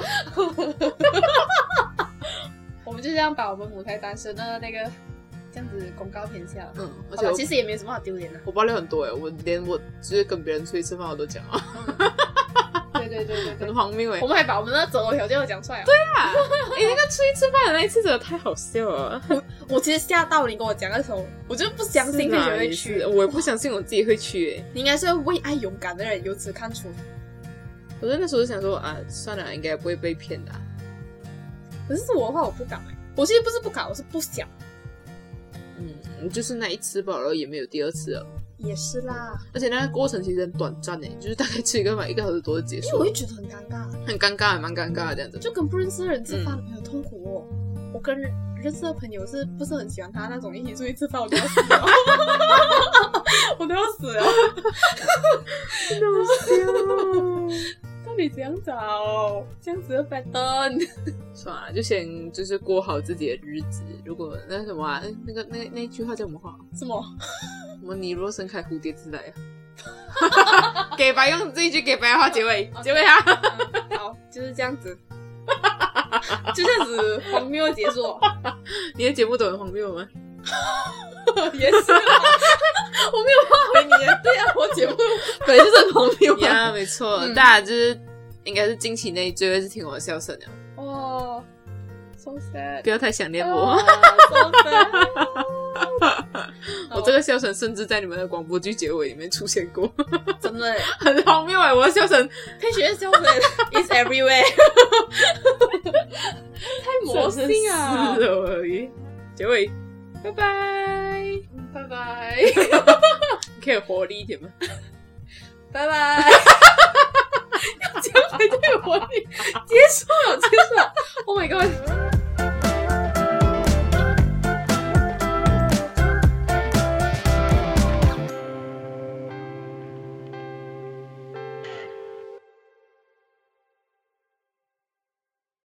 我们就这样把我们母胎单身的那个这样子公告天下。 而且其实也没什么好丢脸的。 我爆料很多我就是跟别人出去吃饭我都讲啊。 对， 很荒谬我们还把我们的择偶条件都讲出来了。 对啊，那个出去吃饭的那一次真的太好笑了。 我其实吓到你跟我讲的时候，我就不相信佩雪会去， 我也不相信我自己会去。 你应该是为爱勇敢的人，由此看出。 我在那时候就想说算了，应该不会被骗的。 可是我的话，我不敢我其实不是不敢，我是不想。 就是那一次吧，然后也没有第二次了。 也是啦， 而且那个过程其实很短暂就是大概吃一个1个小时多就结束了。 因为我会觉得很尴尬， 很尴尬，还蛮尴尬的这样子。 就跟不认识的人吃饭很痛苦我跟认识的朋友是不是很喜欢他那种一起出去吃饭，我都要死了，我都要死了，真的好笑。到底怎样找这样子的 pattern？ 算了，就先就是过好自己的日子。如果那什么那句话叫什么话？ 什么？ 什么你若盛开，蝴蝶自来给白用这一句给白的话结尾啊！ 好，就是这样子，就这样子荒谬结束。 你的节目都很荒谬吗？ 也是我没有话回你。对啊，我节目本来就是很荒谬呀，没错，大家就是应该是近期内最会是听我的笑声了。 So sad， 不要太想念我。 So sad 我这个笑声甚至在你们的广播剧结尾里面出现过。 真的很荒谬我的笑声， 佩雪的笑声 is everywhere 太魔性啊！ 是而已。结尾拜拜拜拜可以活力一点吗？ 拜拜要这样才对活力。结束了 Oh my god